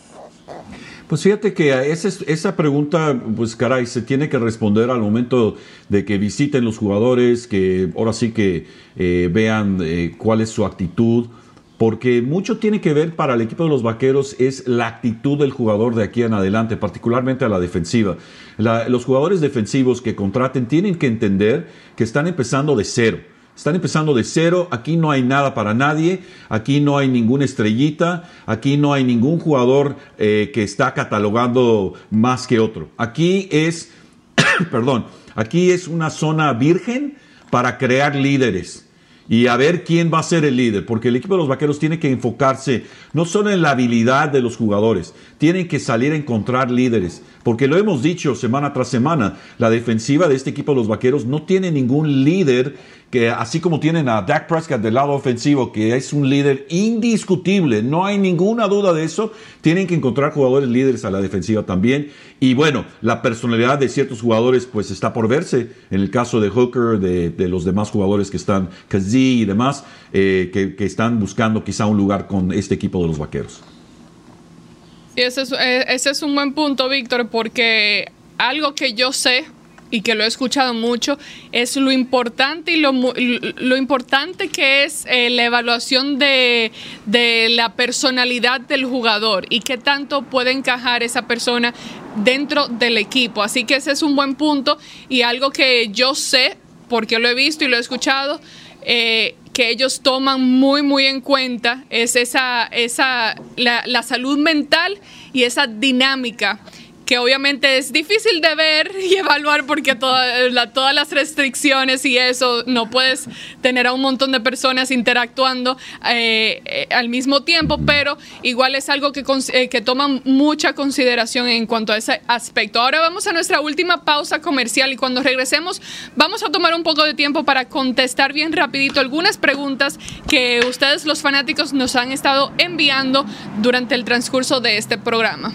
[SPEAKER 4] Pues fíjate que esa, esa pregunta, pues caray, se tiene que responder al momento de que visiten los jugadores, que ahora sí que eh, vean eh, cuál es su actitud, porque mucho tiene que ver para el equipo de los Vaqueros es la actitud del jugador de aquí en adelante, particularmente a la defensiva. La, los jugadores defensivos que contraten tienen que entender que están empezando de cero. Están empezando de cero, aquí no hay nada para nadie, aquí no hay ninguna estrellita, aquí no hay ningún jugador eh, que está catalogando más que otro. Aquí es, perdón, aquí es una zona virgen para crear líderes. Y a ver quién va a ser el líder, porque el equipo de los Vaqueros tiene que enfocarse no solo en la habilidad de los jugadores, tienen que salir a encontrar líderes, porque lo hemos dicho semana tras semana, la defensiva de este equipo de los Vaqueros no tiene ningún líder, que así como tienen a Dak Prescott del lado ofensivo, que es un líder indiscutible, no hay ninguna duda de eso, tienen que encontrar jugadores líderes a la defensiva también. Y bueno, la personalidad de ciertos jugadores pues está por verse, en el caso de Hooker, de, de los demás jugadores que están, Kazee y demás, eh, que, que están buscando quizá un lugar con este equipo de los Vaqueros.
[SPEAKER 2] Sí, ese es, ese es un buen punto, Víctor, porque algo que yo sé y que lo he escuchado mucho es lo importante y lo, lo importante que es eh, la evaluación de, de la personalidad del jugador y qué tanto puede encajar esa persona dentro del equipo. Así que ese es un buen punto y algo que yo sé, porque lo he visto y lo he escuchado, eh, que ellos toman muy muy en cuenta es esa, esa la, la salud mental y esa dinámica que obviamente es difícil de ver y evaluar porque toda, la, todas las restricciones y eso, no puedes tener a un montón de personas interactuando eh, eh, al mismo tiempo, pero igual es algo que, eh, que toman mucha consideración en cuanto a ese aspecto. Ahora vamos a nuestra última pausa comercial y cuando regresemos vamos a tomar un poco de tiempo para contestar bien rapidito algunas preguntas que ustedes los fanáticos nos han estado enviando durante el transcurso de este programa.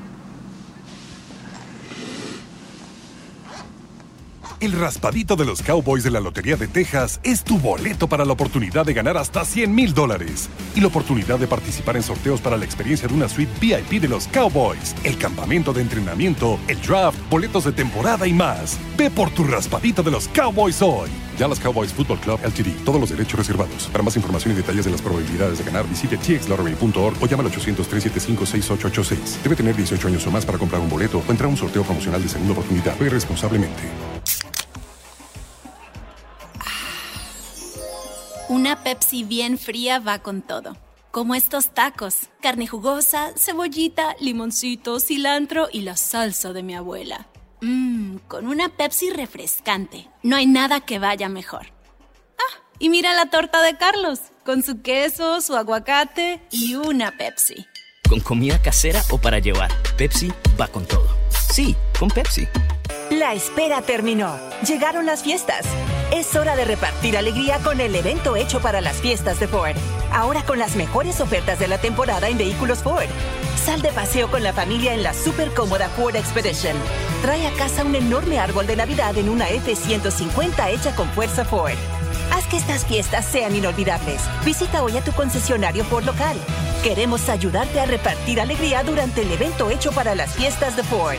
[SPEAKER 5] El raspadito de los Cowboys de la Lotería de Texas es tu boleto para la oportunidad de ganar hasta cien mil dólares y la oportunidad de participar en sorteos para la experiencia de una suite V I P de los Cowboys, el campamento de entrenamiento, el draft, boletos de temporada y más. Ve por tu raspadito de los Cowboys hoy. Dallas Cowboys Football Club L T D. Todos los derechos reservados. Para más información y detalles de las probabilidades de ganar, visite t x lottery punto org o llama al ochocientos, tres siete cinco, seis ocho ocho seis. Debe tener dieciocho años o más para comprar un boleto o entrar a un sorteo promocional de segunda oportunidad. Juegue responsablemente.
[SPEAKER 6] Una Pepsi bien fría va con todo. Como estos tacos. Carne jugosa, cebollita, limoncito, cilantro y la salsa de mi abuela. Mmm, con una Pepsi refrescante. No hay nada que vaya mejor. Ah, y mira la torta de Carlos. Con su queso, su aguacate y una Pepsi.
[SPEAKER 7] Con comida casera o para llevar, Pepsi va con todo. Sí, con Pepsi.
[SPEAKER 8] La espera terminó. Llegaron las fiestas. Es hora de repartir alegría con el evento hecho para las fiestas de Ford. Ahora con las mejores ofertas de la temporada en vehículos Ford. Sal de paseo con la familia en la súper cómoda Ford Expedition. Trae a casa un enorme árbol de Navidad en una F ciento cincuenta hecha con fuerza Ford. Haz que estas fiestas sean inolvidables. Visita hoy a tu concesionario Ford local. Queremos ayudarte a repartir alegría durante el evento hecho para las fiestas de Ford.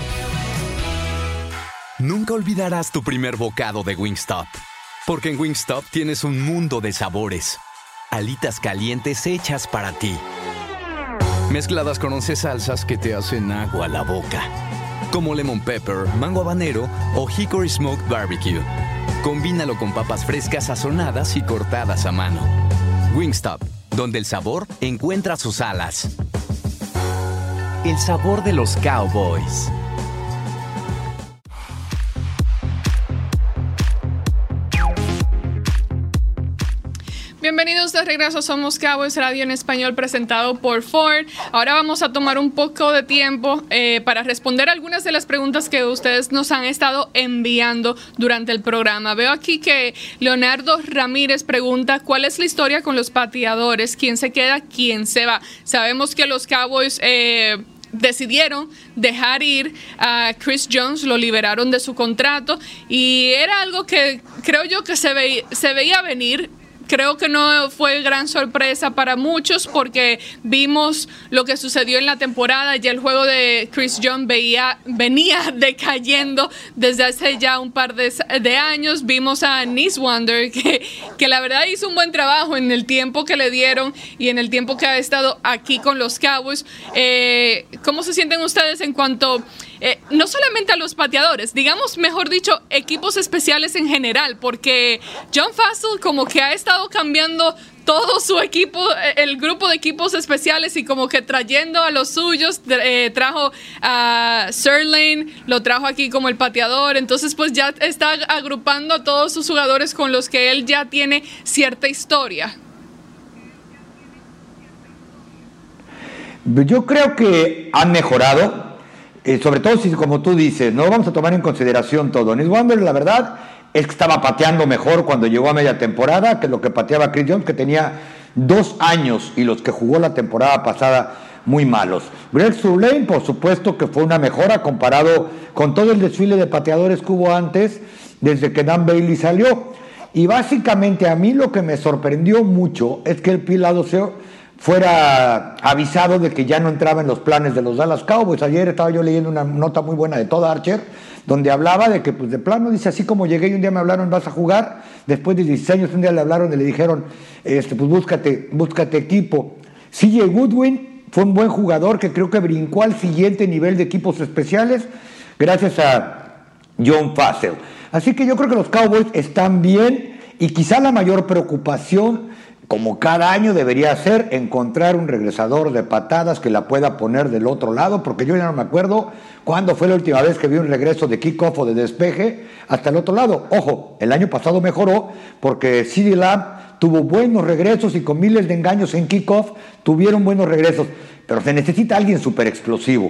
[SPEAKER 9] Nunca olvidarás tu primer bocado de Wingstop. Porque en Wingstop tienes un mundo de sabores. Alitas calientes hechas para ti. Mezcladas con once salsas que te hacen agua a la boca. Como lemon pepper, mango habanero o hickory smoked barbecue. Combínalo con papas frescas sazonadas y cortadas a mano. Wingstop, donde el sabor encuentra sus alas. El sabor de los Cowboys.
[SPEAKER 2] Bienvenidos de regreso, somos Cowboys Radio en español presentado por Ford. Ahora vamos a tomar un poco de tiempo eh, para responder algunas de las preguntas que ustedes nos han estado enviando durante el programa. Veo aquí que Leonardo Ramírez pregunta ¿cuál es la historia con los pateadores? ¿Quién se queda? ¿Quién se va? Sabemos que los Cowboys... Eh, decidieron dejar ir a Chris Jones, lo liberaron de su contrato y era algo que creo yo que se, ve, se veía venir. Creo que no fue gran sorpresa para muchos porque vimos lo que sucedió en la temporada. Ya el juego de Chris Jones veía, venía decayendo desde hace ya un par de, de años. Vimos a Niswander que, que la verdad hizo un buen trabajo en el tiempo que le dieron y en el tiempo que ha estado aquí con los Cowboys. Eh, ¿Cómo se sienten ustedes en cuanto... Eh, no solamente a los pateadores, digamos, mejor dicho, equipos especiales en general, porque John Fassel como que ha estado cambiando todo su equipo, el grupo de equipos especiales y como que trayendo a los suyos, eh, trajo a Sirlein, lo trajo aquí como el pateador, entonces pues ya está agrupando a todos sus jugadores con los que él ya tiene cierta historia.
[SPEAKER 3] Yo creo que han mejorado. Eh, sobre todo si, como tú dices, no vamos a tomar en consideración todo. Niswander, la verdad, es que estaba pateando mejor cuando llegó a media temporada que lo que pateaba Chris Jones, que tenía dos años y los que jugó la temporada pasada muy malos. Greg Zuerlein, por supuesto que fue una mejora comparado con todo el desfile de pateadores que hubo antes, desde que Dan Bailey salió. Y básicamente a mí lo que me sorprendió mucho es que el Pilado se fuera avisado de que ya no entraba en los planes de los Dallas Cowboys. Ayer estaba yo leyendo una nota muy buena de Todd Archer, donde hablaba de que, pues de plano, dice, así como llegué y un día me hablaron, vas a jugar, después de dieciséis años un día le hablaron y le dijeron, este, pues búscate, búscate equipo. C J Goodwin fue un buen jugador que creo que brincó al siguiente nivel de equipos especiales gracias a John Fassel. Así que yo creo que los Cowboys están bien y quizá la mayor preocupación, como cada año debería ser, encontrar un regresador de patadas que la pueda poner del otro lado, porque yo ya no me acuerdo ¿Cuándo fue la última vez que vi un regreso de kickoff o de despeje hasta el otro lado? Ojo, el año pasado mejoró porque CeeDee Lamb tuvo buenos regresos y con miles de engaños en kickoff tuvieron buenos regresos. Pero se necesita alguien súper explosivo.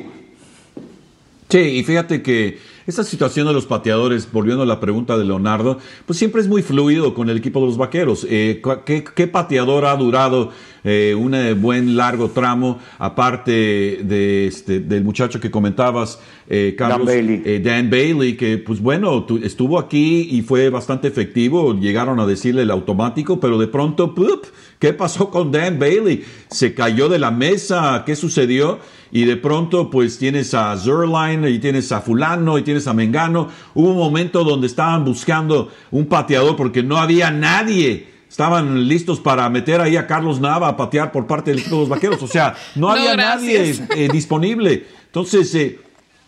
[SPEAKER 4] Sí, y fíjate que esta situación de los pateadores, volviendo a la pregunta de Leonardo, pues siempre es muy fluido con el equipo de los Vaqueros. Eh, ¿qué, ¿Qué pateador ha durado eh, un eh, buen largo tramo, aparte de este, del muchacho que comentabas, eh, Carlos?
[SPEAKER 3] Dan Bailey.
[SPEAKER 4] Eh, Dan Bailey, que pues bueno, tu, estuvo aquí y fue bastante efectivo. Llegaron a decirle el automático, pero de pronto, ¡pup! ¿Qué pasó con Dan Bailey? Se cayó de la mesa, ¿qué sucedió? Y de pronto pues tienes a Zerline y tienes a fulano y tienes a Mengano. Hubo un momento donde estaban buscando un pateador porque no había nadie. Estaban listos para meter ahí a Carlos Nava a patear por parte del equipo de los Vaqueros. O sea, no, no había nadie eh, disponible. Entonces, eh,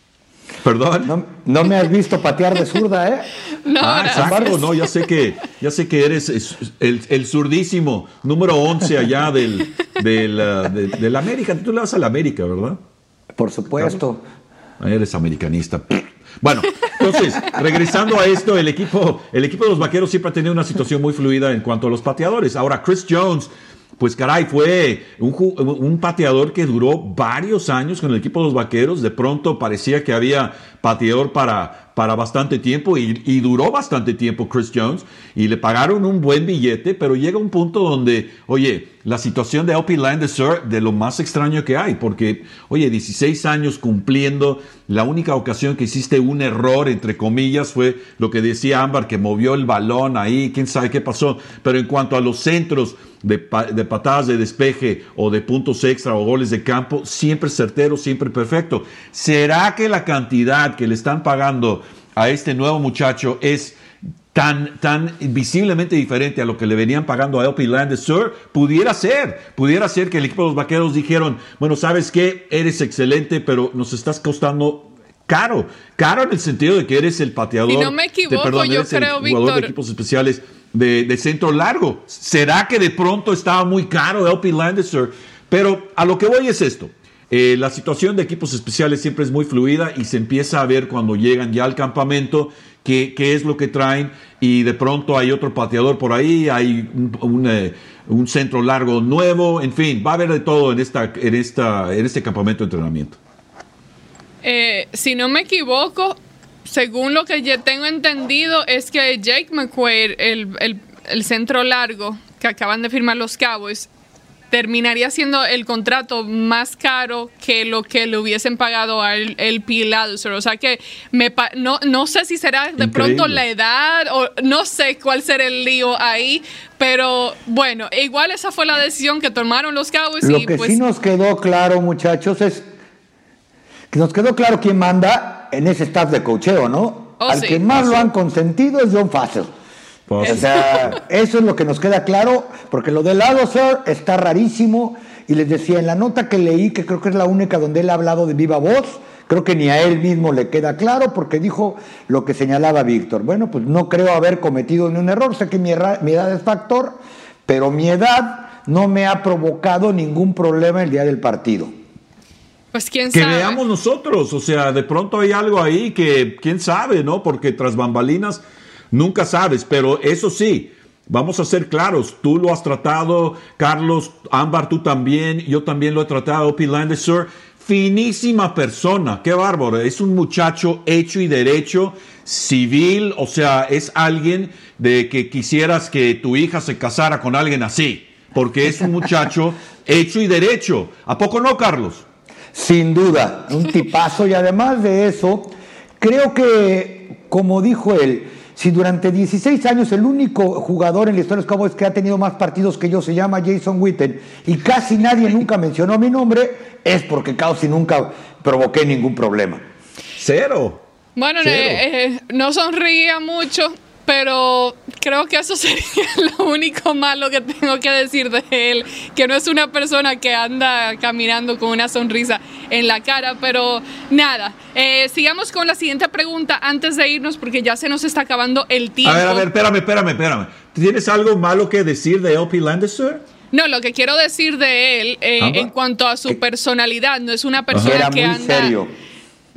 [SPEAKER 4] perdón.
[SPEAKER 3] No, no me has visto patear de zurda, ¿eh?
[SPEAKER 2] No,
[SPEAKER 4] ah, exacto, no, ya sé que, ya sé que eres el, el zurdísimo número once allá del, del, uh, de, del América. Tú le vas a la América, ¿verdad?
[SPEAKER 3] Por supuesto.
[SPEAKER 4] Carlos? Eres americanista. Bueno, entonces, regresando a esto, el equipo, el equipo de los Vaqueros siempre ha tenido una situación muy fluida en cuanto a los pateadores. Ahora, Chris Jones, pues caray, fue un, un pateador que duró varios años con el equipo de los Vaqueros. De pronto parecía que había pateador para, para bastante tiempo y, y duró bastante tiempo Chris Jones y le pagaron un buen billete, pero llega un punto donde, oye, la situación de L P Landesser de lo más extraño que hay, porque, oye, dieciséis años cumpliendo, la única ocasión que hiciste un error, entre comillas, fue lo que decía Ámbar, que movió el balón ahí, quién sabe qué pasó, pero en cuanto a los centros de, pa- de patadas de despeje o de puntos extra o goles de campo, siempre certero, siempre perfecto. ¿Será que la cantidad que le están pagando a este nuevo muchacho es tan, tan visiblemente diferente a lo que le venían pagando a L P Landesser? Pudiera ser, pudiera ser que el equipo de los Vaqueros dijeron, bueno, ¿sabes qué? Eres excelente, pero nos estás costando caro, caro en el sentido de que eres el pateador.
[SPEAKER 2] Si no me equivoco,
[SPEAKER 4] de, perdón,
[SPEAKER 2] yo
[SPEAKER 4] eres el
[SPEAKER 2] creo,
[SPEAKER 4] jugador
[SPEAKER 2] Víctor,
[SPEAKER 4] de equipos especiales de, de centro largo. ¿Será que de pronto estaba muy caro L P Landesser? Pero a lo que voy es esto. Eh, la situación de equipos especiales siempre es muy fluida y se empieza a ver cuando llegan ya al campamento qué, qué es lo que traen, y de pronto hay otro pateador por ahí, hay un, un, eh, un centro largo nuevo, en fin, va a haber de todo en, esta, en, esta, en este campamento de entrenamiento.
[SPEAKER 2] Eh, si no me equivoco, según lo que yo tengo entendido, es que Jake McQuaid, el, el, el centro largo que acaban de firmar los Cowboys, terminaría siendo el contrato más caro que lo que le hubiesen pagado a el, el P. Landesser. O sea que me pa- no, no sé si será de
[SPEAKER 4] Increíble.
[SPEAKER 2] pronto la edad o no sé cuál será el lío ahí, pero bueno, igual esa fue la decisión que tomaron los Cowboys.
[SPEAKER 3] Lo
[SPEAKER 2] y
[SPEAKER 3] que
[SPEAKER 2] pues,
[SPEAKER 3] sí nos quedó claro, muchachos, es que nos quedó claro quién manda en ese staff de coacheo, ¿no?
[SPEAKER 2] Oh,
[SPEAKER 3] Al
[SPEAKER 2] sí.
[SPEAKER 3] que más lo han consentido es John Fassel. O sea, eso es lo que nos queda claro, porque lo de Landesser está rarísimo, y les decía, en la nota que leí, que creo que es la única donde él ha hablado de viva voz, creo que ni a él mismo le queda claro, porque dijo lo que señalaba Víctor. Bueno, pues no creo haber cometido ni un error, sé que mi, erra- mi edad es factor, pero mi edad no me ha provocado ningún problema el día del partido.
[SPEAKER 2] pues quién
[SPEAKER 4] Que
[SPEAKER 2] sabe.
[SPEAKER 4] veamos nosotros, o sea, de pronto hay algo ahí que quién sabe, ¿no? Porque tras bambalinas nunca sabes, pero eso sí, vamos a ser claros, tú lo has tratado, Carlos, Ámbar, tú también, yo también lo he tratado, P. Landesser, finísima persona, qué bárbaro, es un muchacho hecho y derecho, civil, o sea, es alguien de que quisieras que tu hija se casara con alguien así, porque es un muchacho hecho y derecho. ¿A poco no, Carlos?
[SPEAKER 3] Sin duda, un tipazo, y además de eso, creo que, como dijo él, si durante dieciséis años el único jugador en la historia de los Cowboys que ha tenido más partidos que yo se llama Jason Witten, y casi nadie nunca mencionó mi nombre, es porque casi nunca provoqué ningún problema.
[SPEAKER 4] Cero.
[SPEAKER 2] Bueno,
[SPEAKER 4] Cero.
[SPEAKER 2] eh, eh, no sonría mucho, pero creo que eso sería lo único malo que tengo que decir de él, que no es una persona que anda caminando con una sonrisa en la cara, pero nada, eh, sigamos con la siguiente pregunta antes de irnos porque ya se nos está acabando el tiempo.
[SPEAKER 4] A ver, a ver, espérame, espérame, espérame. ¿Tienes algo malo que decir de L P Landesser?
[SPEAKER 2] No, lo que quiero decir de él, eh,
[SPEAKER 4] ¿Amba?
[SPEAKER 2] en cuanto a su
[SPEAKER 3] Que-
[SPEAKER 2] personalidad, no es una
[SPEAKER 3] Era
[SPEAKER 2] persona
[SPEAKER 3] muy
[SPEAKER 2] que anda...
[SPEAKER 3] serio.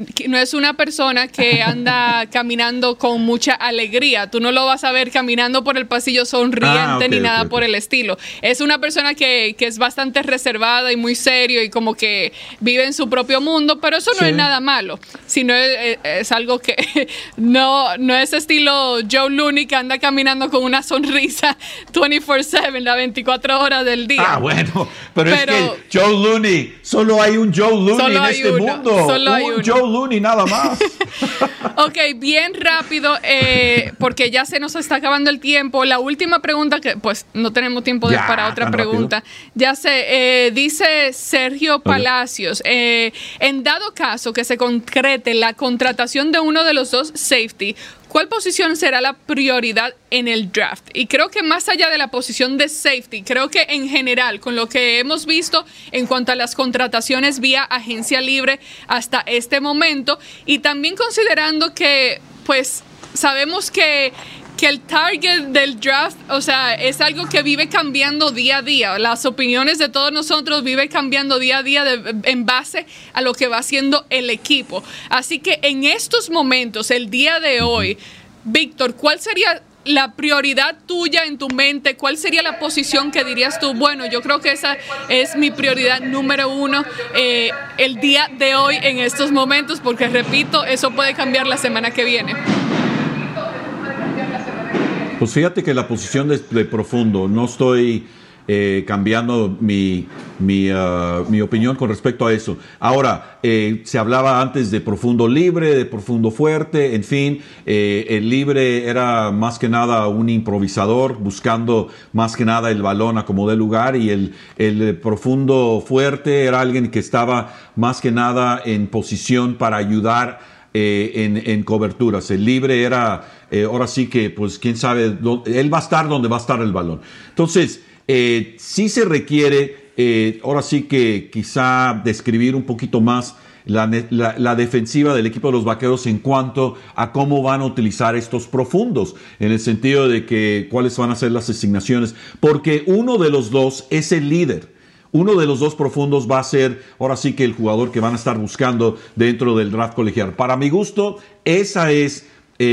[SPEAKER 2] no es una persona que anda caminando con mucha alegría. Tú no lo vas a ver caminando por el pasillo sonriente ah, okay, ni nada okay, por okay. el estilo. Es una persona que, que es bastante reservada y muy serio y como que vive en su propio mundo, pero eso no sí. es nada malo, sino es, es algo que no, no es estilo Joe Looney que anda caminando con una sonrisa veinticuatro siete, las veinticuatro horas del día.
[SPEAKER 4] Ah, bueno, pero, pero es que Joe Looney, solo hay un Joe Looney en este uno, mundo. Solo hay un uno. Joe Looney nada más.
[SPEAKER 2] Ok, bien rápido, eh, porque ya se nos está acabando el tiempo. La última pregunta, que pues no tenemos tiempo de, ya, para otra pregunta. Rápido. Ya sé, eh, dice Sergio Palacios, eh, en dado caso que se concrete la contratación de uno de los dos safety, ¿cuál posición será la prioridad en el draft? Y creo que más allá de la posición de safety, creo que en general, con lo que hemos visto en cuanto a las contrataciones vía agencia libre hasta este momento, y también considerando que, pues, sabemos que, que el target del draft, o sea, es algo que vive cambiando día a día. Las opiniones de todos nosotros viven cambiando día a día de, en base a lo que va haciendo el equipo. Así que en estos momentos, el día de hoy, Víctor, ¿cuál sería la prioridad tuya en tu mente? ¿Cuál sería la posición que dirías tú? Bueno, yo creo que esa es mi prioridad número uno eh, el día de hoy en estos momentos, porque repito, eso puede cambiar la semana que viene.
[SPEAKER 4] Pues fíjate que la posición de, de profundo, no estoy eh, cambiando mi, mi, uh, mi opinión con respecto a eso. Ahora, eh, se hablaba antes de profundo libre, de profundo fuerte, en fin, eh, el libre era más que nada un improvisador, buscando más que nada el balón a como dé lugar, y el, el profundo fuerte era alguien que estaba más que nada en posición para ayudar Eh, en, en coberturas. El libre era, eh, ahora sí que, pues, quién sabe, lo, él va a estar donde va a estar el balón. Entonces, eh, sí se requiere, eh, ahora sí que quizá describir un poquito más la, la, la defensiva del equipo de los Vaqueros en cuanto a cómo van a utilizar estos profundos, en el sentido de que cuáles van a ser las asignaciones, porque uno de los dos es el líder. Uno de los dos profundos va a ser, ahora sí que el jugador que van a estar buscando dentro del draft colegial. Para mi gusto, esa es,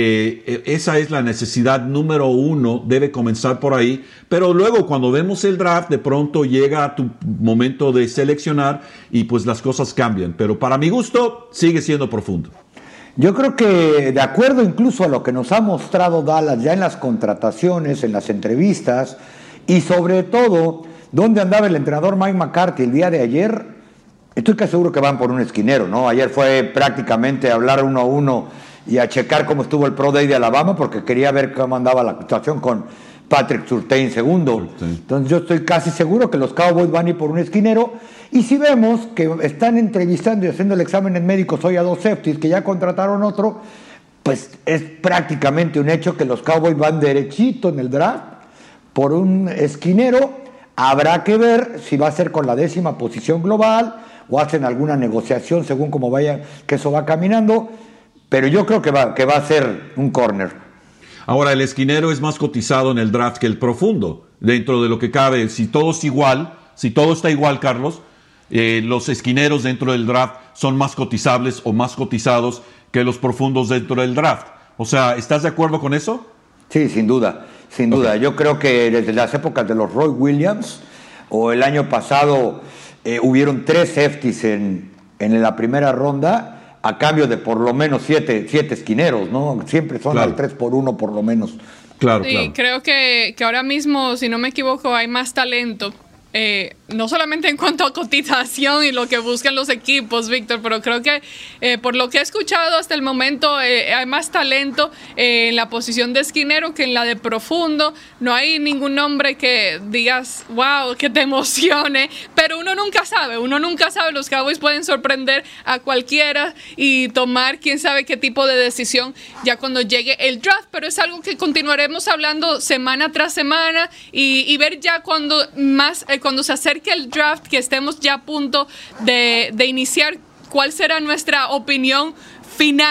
[SPEAKER 4] eh, esa es la necesidad número uno, debe comenzar por ahí. Pero luego cuando vemos el draft, de pronto llega a tu momento de seleccionar y pues las cosas cambian. Pero para mi gusto, sigue siendo profundo.
[SPEAKER 3] Yo creo que de acuerdo incluso a lo que nos ha mostrado Dallas ya en las contrataciones, en las entrevistas y sobre todo ¿dónde andaba el entrenador Mike McCarthy el día de ayer? Estoy casi seguro que van por un esquinero, ¿no? Ayer fue prácticamente a hablar uno a uno y a checar cómo estuvo el Pro Day de Alabama, porque quería ver cómo andaba la situación con Patrick Surtain segundo. Sí. Entonces yo estoy casi seguro que los Cowboys van a ir por un esquinero. Y si vemos que están entrevistando y haciendo el examen en médicos hoy a dos safeties, que ya contrataron otro, pues es prácticamente un hecho que los Cowboys van derechito en el draft por un esquinero. Habrá que ver si va a ser con la décima posición global o hacen alguna negociación según cómo vaya, que eso va caminando, pero yo creo que va, que va a ser un corner.
[SPEAKER 4] Ahora, el esquinero es más cotizado en el draft que el profundo, dentro de lo que cabe. Si todo es igual, si todo está igual, Carlos, eh, los esquineros dentro del draft son más cotizables o más cotizados que los profundos dentro del draft. O sea, ¿estás de acuerdo con eso?
[SPEAKER 3] Sí, sin duda. Sin duda, okay. Yo creo que desde las épocas de los Roy Williams o el año pasado eh, hubieron tres safeties en, en la primera ronda a cambio de por lo menos siete, siete esquineros, ¿no? Siempre son claro. al tres por uno por lo menos.
[SPEAKER 4] Claro,
[SPEAKER 2] sí,
[SPEAKER 4] claro.
[SPEAKER 2] Creo que, que ahora mismo, si no me equivoco, hay más talento. Eh, no solamente en cuanto a cotización y lo que buscan los equipos, Víctor, pero creo que eh, por lo que he escuchado hasta el momento eh, hay más talento eh, en la posición de esquinero que en la de profundo. No hay ningún nombre que digas, wow, que te emocione, pero uno nunca sabe, uno nunca sabe. Los Cowboys pueden sorprender a cualquiera y tomar quién sabe qué tipo de decisión ya cuando llegue el draft, pero es algo que continuaremos hablando semana tras semana y, y ver ya cuando más eh, cuando se acerque el draft, que estemos ya a punto de, de iniciar, cuál será nuestra opinión final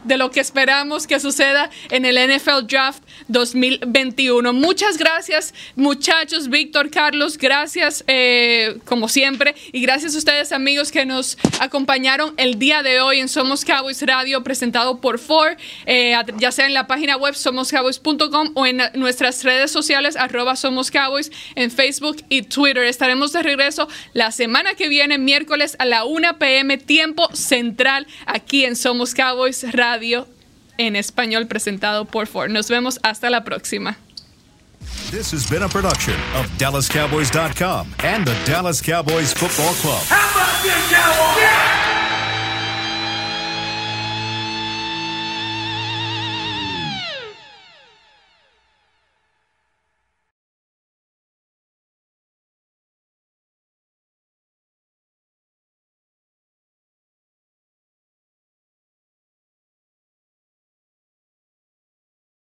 [SPEAKER 2] de lo que esperamos que suceda en el N F L Draft dos mil veintiuno. Muchas gracias, muchachos, Víctor, Carlos, gracias eh, como siempre, y gracias a ustedes, amigos, que nos acompañaron el día de hoy en Somos Cowboys Radio, presentado por Ford, eh, ya sea en la página web somos cowboys punto com o en nuestras redes sociales, arroba Somos Cowboys, en Facebook y Twitter. Estaremos de regreso la semana que viene, miércoles a la una p m tiempo central, aquí en Somos Cowboys Radio en español, presentado por Ford. Nos vemos hasta la próxima.
[SPEAKER 10] This has been a production of Dallas Cowboys dot com and the Dallas Cowboys Football Club.
[SPEAKER 1] How about this, Cowboys? Yeah!